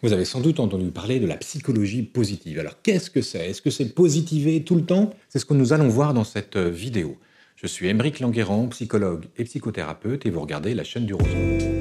Vous avez sans doute entendu parler de la psychologie positive. Alors qu'est-ce que c'est? Est-ce que c'est positiver tout le temps? C'est ce que nous allons voir dans cette vidéo. Je suis Aymeric Languerrand, psychologue et psychothérapeute, et vous regardez la chaîne du Roseau.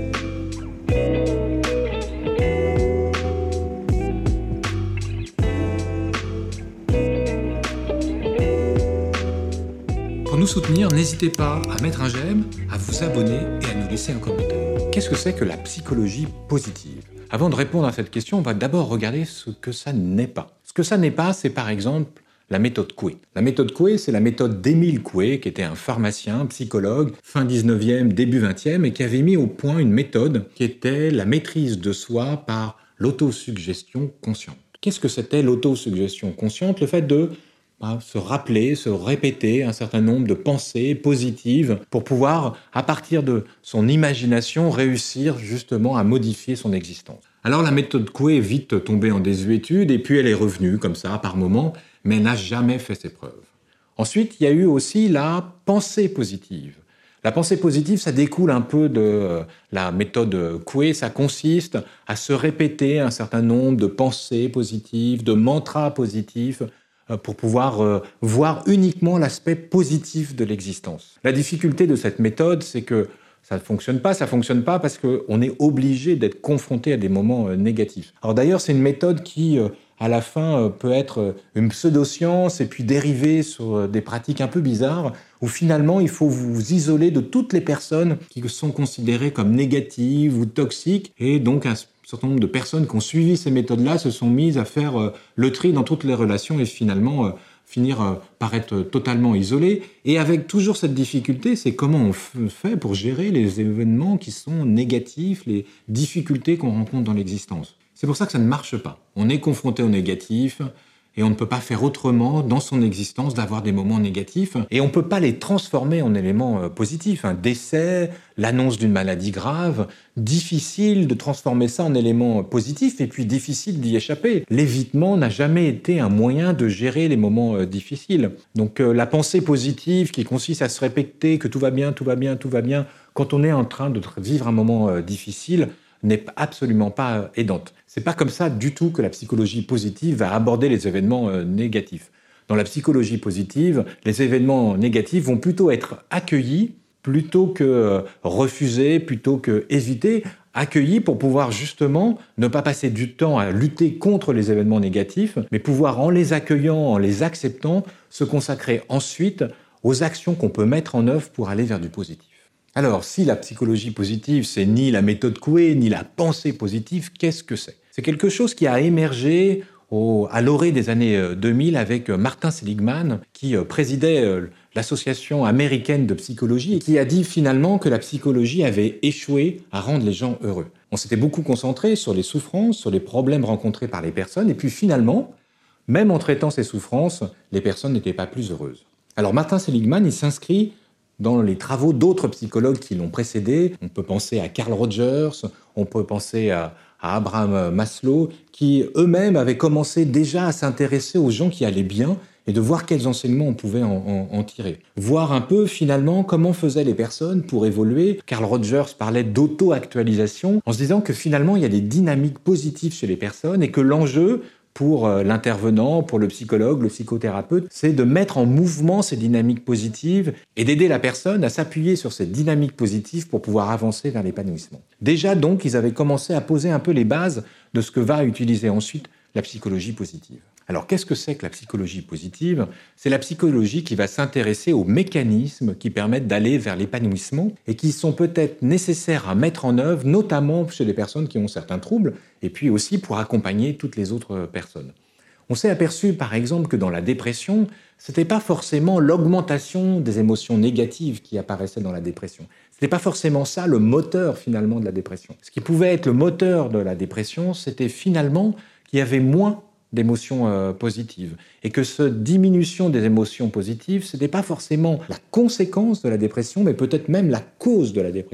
Pour nous soutenir, n'hésitez pas à mettre un j'aime, à vous abonner et à nous laisser un commentaire. Qu'est-ce que c'est que la psychologie positive? Avant de répondre à cette question, on va d'abord regarder ce que ça n'est pas. Ce que ça n'est pas, c'est par exemple la méthode Coué. La méthode Coué, c'est la méthode d'Émile Coué, qui était un pharmacien, psychologue, fin 19e, début 20e, et qui avait mis au point une méthode qui était la maîtrise de soi par l'autosuggestion consciente. Qu'est-ce que c'était l'autosuggestion consciente? Le fait de se rappeler, se répéter un certain nombre de pensées positives pour pouvoir, à partir de son imagination, réussir justement à modifier son existence. Alors la méthode Coué est vite tombée en désuétude et puis elle est revenue comme ça par moments, mais elle n'a jamais fait ses preuves. Ensuite, il y a eu aussi la pensée positive. La pensée positive, ça découle un peu de la méthode Coué, ça consiste à se répéter un certain nombre de pensées positives, de mantras positifs, pour pouvoir voir uniquement l'aspect positif de l'existence. La difficulté de cette méthode, c'est que ça ne fonctionne pas parce qu'on est obligé d'être confronté à des moments négatifs. Alors d'ailleurs, c'est une méthode qui, à la fin, peut être une pseudo-science et puis dériver sur des pratiques un peu bizarres, où finalement, il faut vous isoler de toutes les personnes qui sont considérées comme négatives ou toxiques, et donc un certain nombre de personnes qui ont suivi ces méthodes-là se sont mises à faire le tri dans toutes les relations et finalement finir par être totalement isolées. Et avec toujours cette difficulté, c'est comment on fait pour gérer les événements qui sont négatifs, les difficultés qu'on rencontre dans l'existence. C'est pour ça que ça ne marche pas. On est confronté au négatif et on ne peut pas faire autrement dans son existence d'avoir des moments négatifs. Et on ne peut pas les transformer en éléments positifs. Un décès, l'annonce d'une maladie grave, difficile de transformer ça en éléments positifs et puis difficile d'y échapper. L'évitement n'a jamais été un moyen de gérer les moments difficiles. Donc la pensée positive qui consiste à se répéter que tout va bien, tout va bien, tout va bien, quand on est en train de vivre un moment difficile, n'est absolument pas aidante. C'est pas comme ça du tout que la psychologie positive va aborder les événements négatifs. Dans la psychologie positive, les événements négatifs vont plutôt être accueillis plutôt que refusés, plutôt que évités, accueillis pour pouvoir justement ne pas passer du temps à lutter contre les événements négatifs, mais pouvoir, en les accueillant, en les acceptant, se consacrer ensuite aux actions qu'on peut mettre en œuvre pour aller vers du positif. Alors, si la psychologie positive, c'est ni la méthode Coué, ni la pensée positive, qu'est-ce que c'est? C'est quelque chose qui a émergé à l'orée des années 2000 avec Martin Seligman, qui présidait l'Association américaine de psychologie et qui a dit finalement que la psychologie avait échoué à rendre les gens heureux. On s'était beaucoup concentré sur les souffrances, sur les problèmes rencontrés par les personnes, et puis finalement, même en traitant ces souffrances, les personnes n'étaient pas plus heureuses. Alors Martin Seligman, il s'inscrit dans les travaux d'autres psychologues qui l'ont précédé. On peut penser à Carl Rogers, on peut penser à Abraham Maslow, qui eux-mêmes avaient commencé déjà à s'intéresser aux gens qui allaient bien et de voir quels enseignements on pouvait en tirer. Voir un peu finalement comment faisaient les personnes pour évoluer. Carl Rogers parlait d'auto-actualisation en se disant que finalement il y a des dynamiques positives chez les personnes et que l'enjeu pour l'intervenant, pour le psychologue, le psychothérapeute, c'est de mettre en mouvement ces dynamiques positives et d'aider la personne à s'appuyer sur ces dynamiques positives pour pouvoir avancer vers l'épanouissement. Déjà donc, ils avaient commencé à poser un peu les bases de ce que va utiliser ensuite la psychologie positive. Alors qu'est-ce que c'est que la psychologie positive? C'est la psychologie qui va s'intéresser aux mécanismes qui permettent d'aller vers l'épanouissement et qui sont peut-être nécessaires à mettre en œuvre, notamment chez les personnes qui ont certains troubles, et puis aussi pour accompagner toutes les autres personnes. On s'est aperçu par exemple que dans la dépression, ce n'était pas forcément l'augmentation des émotions négatives qui apparaissait dans la dépression. Ce n'était pas forcément ça le moteur finalement de la dépression. Ce qui pouvait être le moteur de la dépression, c'était finalement qu'il y avait moins d'émotions positives. Et que cette diminution des émotions positives, ce n'était pas forcément la conséquence de la dépression, mais peut-être même la cause de la dépression.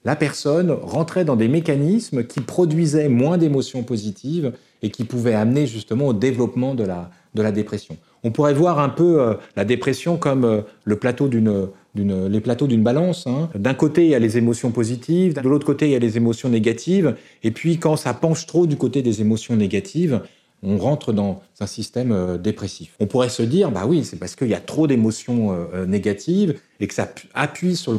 la personne rentrait dans des mécanismes qui produisaient moins d'émotions positives et qui pouvaient amener justement au développement de la dépression. On pourrait voir un peu la dépression comme les plateaux d'une balance. D'un côté, il y a les émotions positives, de l'autre côté, il y a les émotions négatives. Et puis, quand ça penche trop du côté des émotions négatives, on rentre dans un système dépressif. On pourrait se dire, bah oui, c'est parce qu'il y a trop d'émotions négatives et que ça appuie sur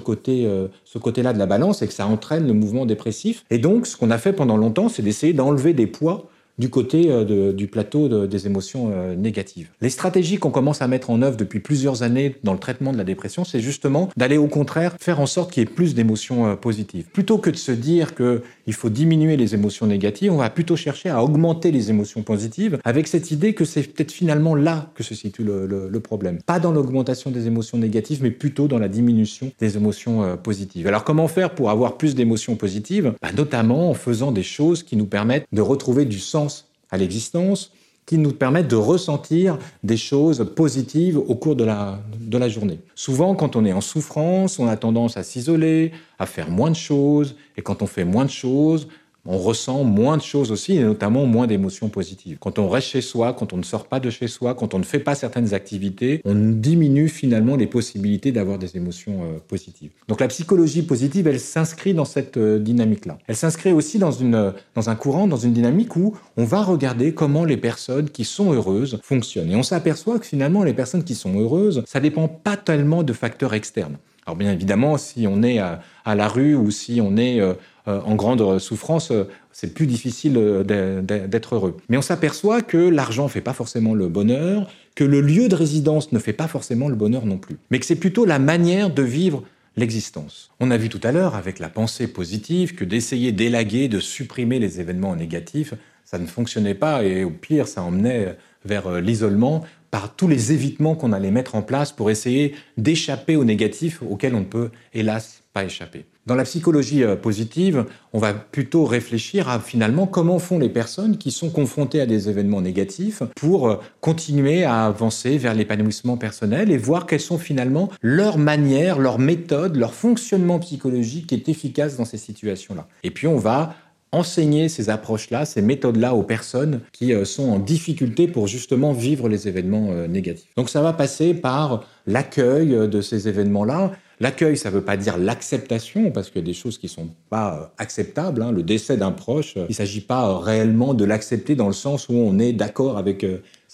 ce côté-là de la balance et que ça entraîne le mouvement dépressif. Et donc, ce qu'on a fait pendant longtemps, c'est d'essayer d'enlever des poids du côté du plateau des émotions négatives. Les stratégies qu'on commence à mettre en œuvre depuis plusieurs années dans le traitement de la dépression, c'est justement d'aller au contraire faire en sorte qu'il y ait plus d'émotions positives. Plutôt que de se dire qu'il faut diminuer les émotions négatives, on va plutôt chercher à augmenter les émotions positives avec cette idée que c'est peut-être finalement là que se situe le problème. Pas dans l'augmentation des émotions négatives, mais plutôt dans la diminution des émotions positives. Alors comment faire pour avoir plus d'émotions positives ? Notamment en faisant des choses qui nous permettent de retrouver du sens à l'existence, qui nous permettent de ressentir des choses positives au cours de la journée. Souvent, quand on est en souffrance, on a tendance à s'isoler, à faire moins de choses, et quand on fait moins de choses, on ressent moins de choses aussi, et notamment moins d'émotions positives. Quand on reste chez soi, quand on ne sort pas de chez soi, quand on ne fait pas certaines activités, on diminue finalement les possibilités d'avoir des émotions positives. Donc la psychologie positive, elle s'inscrit dans cette dynamique-là. Elle s'inscrit aussi dans un courant, dans une dynamique où on va regarder comment les personnes qui sont heureuses fonctionnent. Et on s'aperçoit que finalement, les personnes qui sont heureuses, ça dépend pas tellement de facteurs externes. Alors bien évidemment, si on est à la rue ou si on est en grande souffrance, c'est plus difficile d'être heureux. Mais on s'aperçoit que l'argent ne fait pas forcément le bonheur, que le lieu de résidence ne fait pas forcément le bonheur non plus, mais que c'est plutôt la manière de vivre l'existence. On a vu tout à l'heure avec la pensée positive que d'essayer d'élaguer, de supprimer les événements négatifs, ça ne fonctionnait pas et au pire, ça emmenait vers l'isolement par tous les évitements qu'on allait mettre en place pour essayer d'échapper aux négatifs auxquels on ne peut, hélas, pas échapper. Dans la psychologie positive, on va plutôt réfléchir à finalement comment font les personnes qui sont confrontées à des événements négatifs pour continuer à avancer vers l'épanouissement personnel et voir quelles sont finalement leurs manières, leurs méthodes, leur fonctionnement psychologique qui est efficace dans ces situations-là. Et puis on va enseigner ces approches-là, ces méthodes-là aux personnes qui sont en difficulté pour justement vivre les événements négatifs. Donc ça va passer par l'accueil de ces événements-là. L'accueil, ça ne veut pas dire l'acceptation, parce qu'il y a des choses qui ne sont pas acceptables. Le décès d'un proche, il ne s'agit pas réellement de l'accepter dans le sens où on est d'accord avec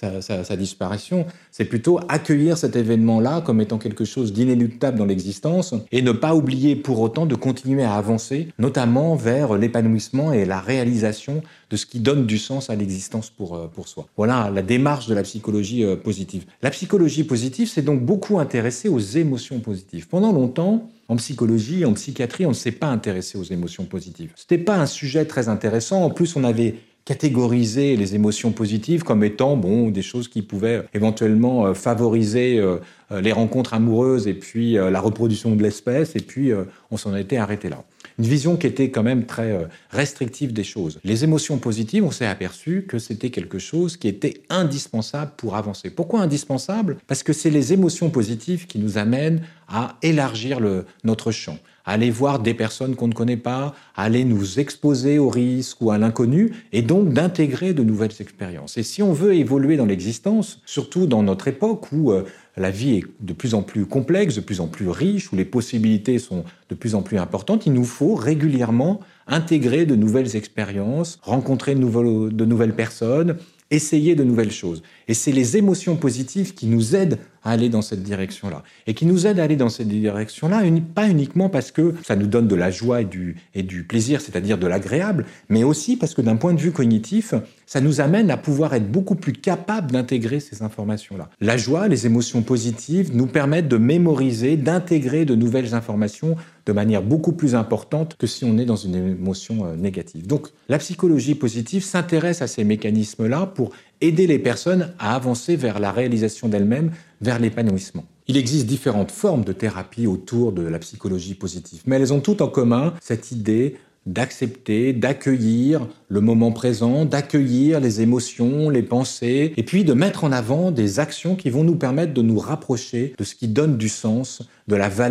sa disparition. C'est plutôt accueillir cet événement-là comme étant quelque chose d'inéluctable dans l'existence et ne pas oublier pour autant de continuer à avancer, notamment vers l'épanouissement et la réalisation de ce qui donne du sens à l'existence pour soi. Voilà la démarche de la psychologie positive. La psychologie positive s'est donc beaucoup intéressée aux émotions positives. Pendant longtemps, en psychologie, en psychiatrie, on ne s'est pas intéressé aux émotions positives. Ce n'était pas un sujet très intéressant. En plus, on avait catégoriser les émotions positives comme étant des choses qui pouvaient éventuellement favoriser les rencontres amoureuses et puis la reproduction de l'espèce, et puis on s'en était arrêté là. Une vision qui était quand même très restrictive des choses. Les émotions positives, on s'est aperçu que c'était quelque chose qui était indispensable pour avancer. Pourquoi indispensable ? Parce que c'est les émotions positives qui nous amènent à élargir notre champ, à aller voir des personnes qu'on ne connaît pas, à aller nous exposer aux risques ou à l'inconnu, et donc d'intégrer de nouvelles expériences. Et si on veut évoluer dans l'existence, surtout dans notre époque où la vie est de plus en plus complexe, de plus en plus riche, où les possibilités sont de plus en plus importantes, il nous faut régulièrement intégrer de nouvelles expériences, rencontrer de nouvelles personnes, essayer de nouvelles choses. Et c'est les émotions positives qui nous aident à aller dans cette direction-là. Et qui nous aident à aller dans cette direction-là, pas uniquement parce que ça nous donne de la joie et du plaisir, c'est-à-dire de l'agréable, mais aussi parce que d'un point de vue cognitif, ça nous amène à pouvoir être beaucoup plus capables d'intégrer ces informations-là. La joie, les émotions positives nous permettent de mémoriser, d'intégrer de nouvelles informations de manière beaucoup plus importante que si on est dans une émotion négative. Donc, la psychologie positive s'intéresse à ces mécanismes-là pour aider les personnes à avancer vers la réalisation d'elles-mêmes, vers l'épanouissement. Il existe différentes formes de thérapie autour de la psychologie positive, mais elles ont toutes en commun cette idée d'accepter, d'accueillir le moment présent, d'accueillir les émotions, les pensées, et puis de mettre en avant des actions qui vont nous permettre de nous rapprocher de ce qui donne du sens, de la valeur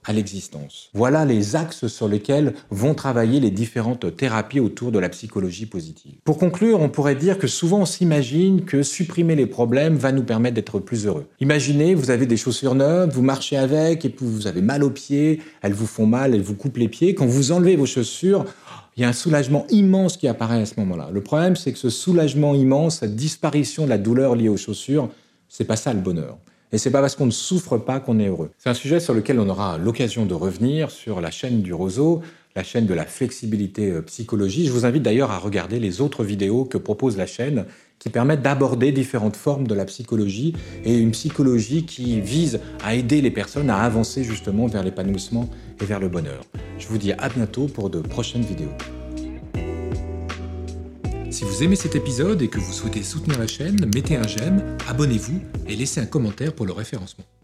à l'existence. Voilà les axes sur lesquels vont travailler les différentes thérapies autour de la psychologie positive. Pour conclure, on pourrait dire que souvent on s'imagine que supprimer les problèmes va nous permettre d'être plus heureux. Imaginez, vous avez des chaussures neuves, vous marchez avec et puis vous avez mal aux pieds, elles vous font mal, elles vous coupent les pieds. Quand vous enlevez vos chaussures, il y a un soulagement immense qui apparaît à ce moment-là. Le problème, c'est que ce soulagement immense, cette disparition de la douleur liée aux chaussures, c'est pas ça le bonheur. Et c'est pas parce qu'on ne souffre pas qu'on est heureux. C'est un sujet sur lequel on aura l'occasion de revenir sur la chaîne du Roseau, la chaîne de la flexibilité psychologie. Je vous invite d'ailleurs à regarder les autres vidéos que propose la chaîne qui permettent d'aborder différentes formes de la psychologie et une psychologie qui vise à aider les personnes à avancer justement vers l'épanouissement et vers le bonheur. Je vous dis à bientôt pour de prochaines vidéos. Si vous aimez cet épisode et que vous souhaitez soutenir la chaîne, mettez un j'aime, abonnez-vous et laissez un commentaire pour le référencement.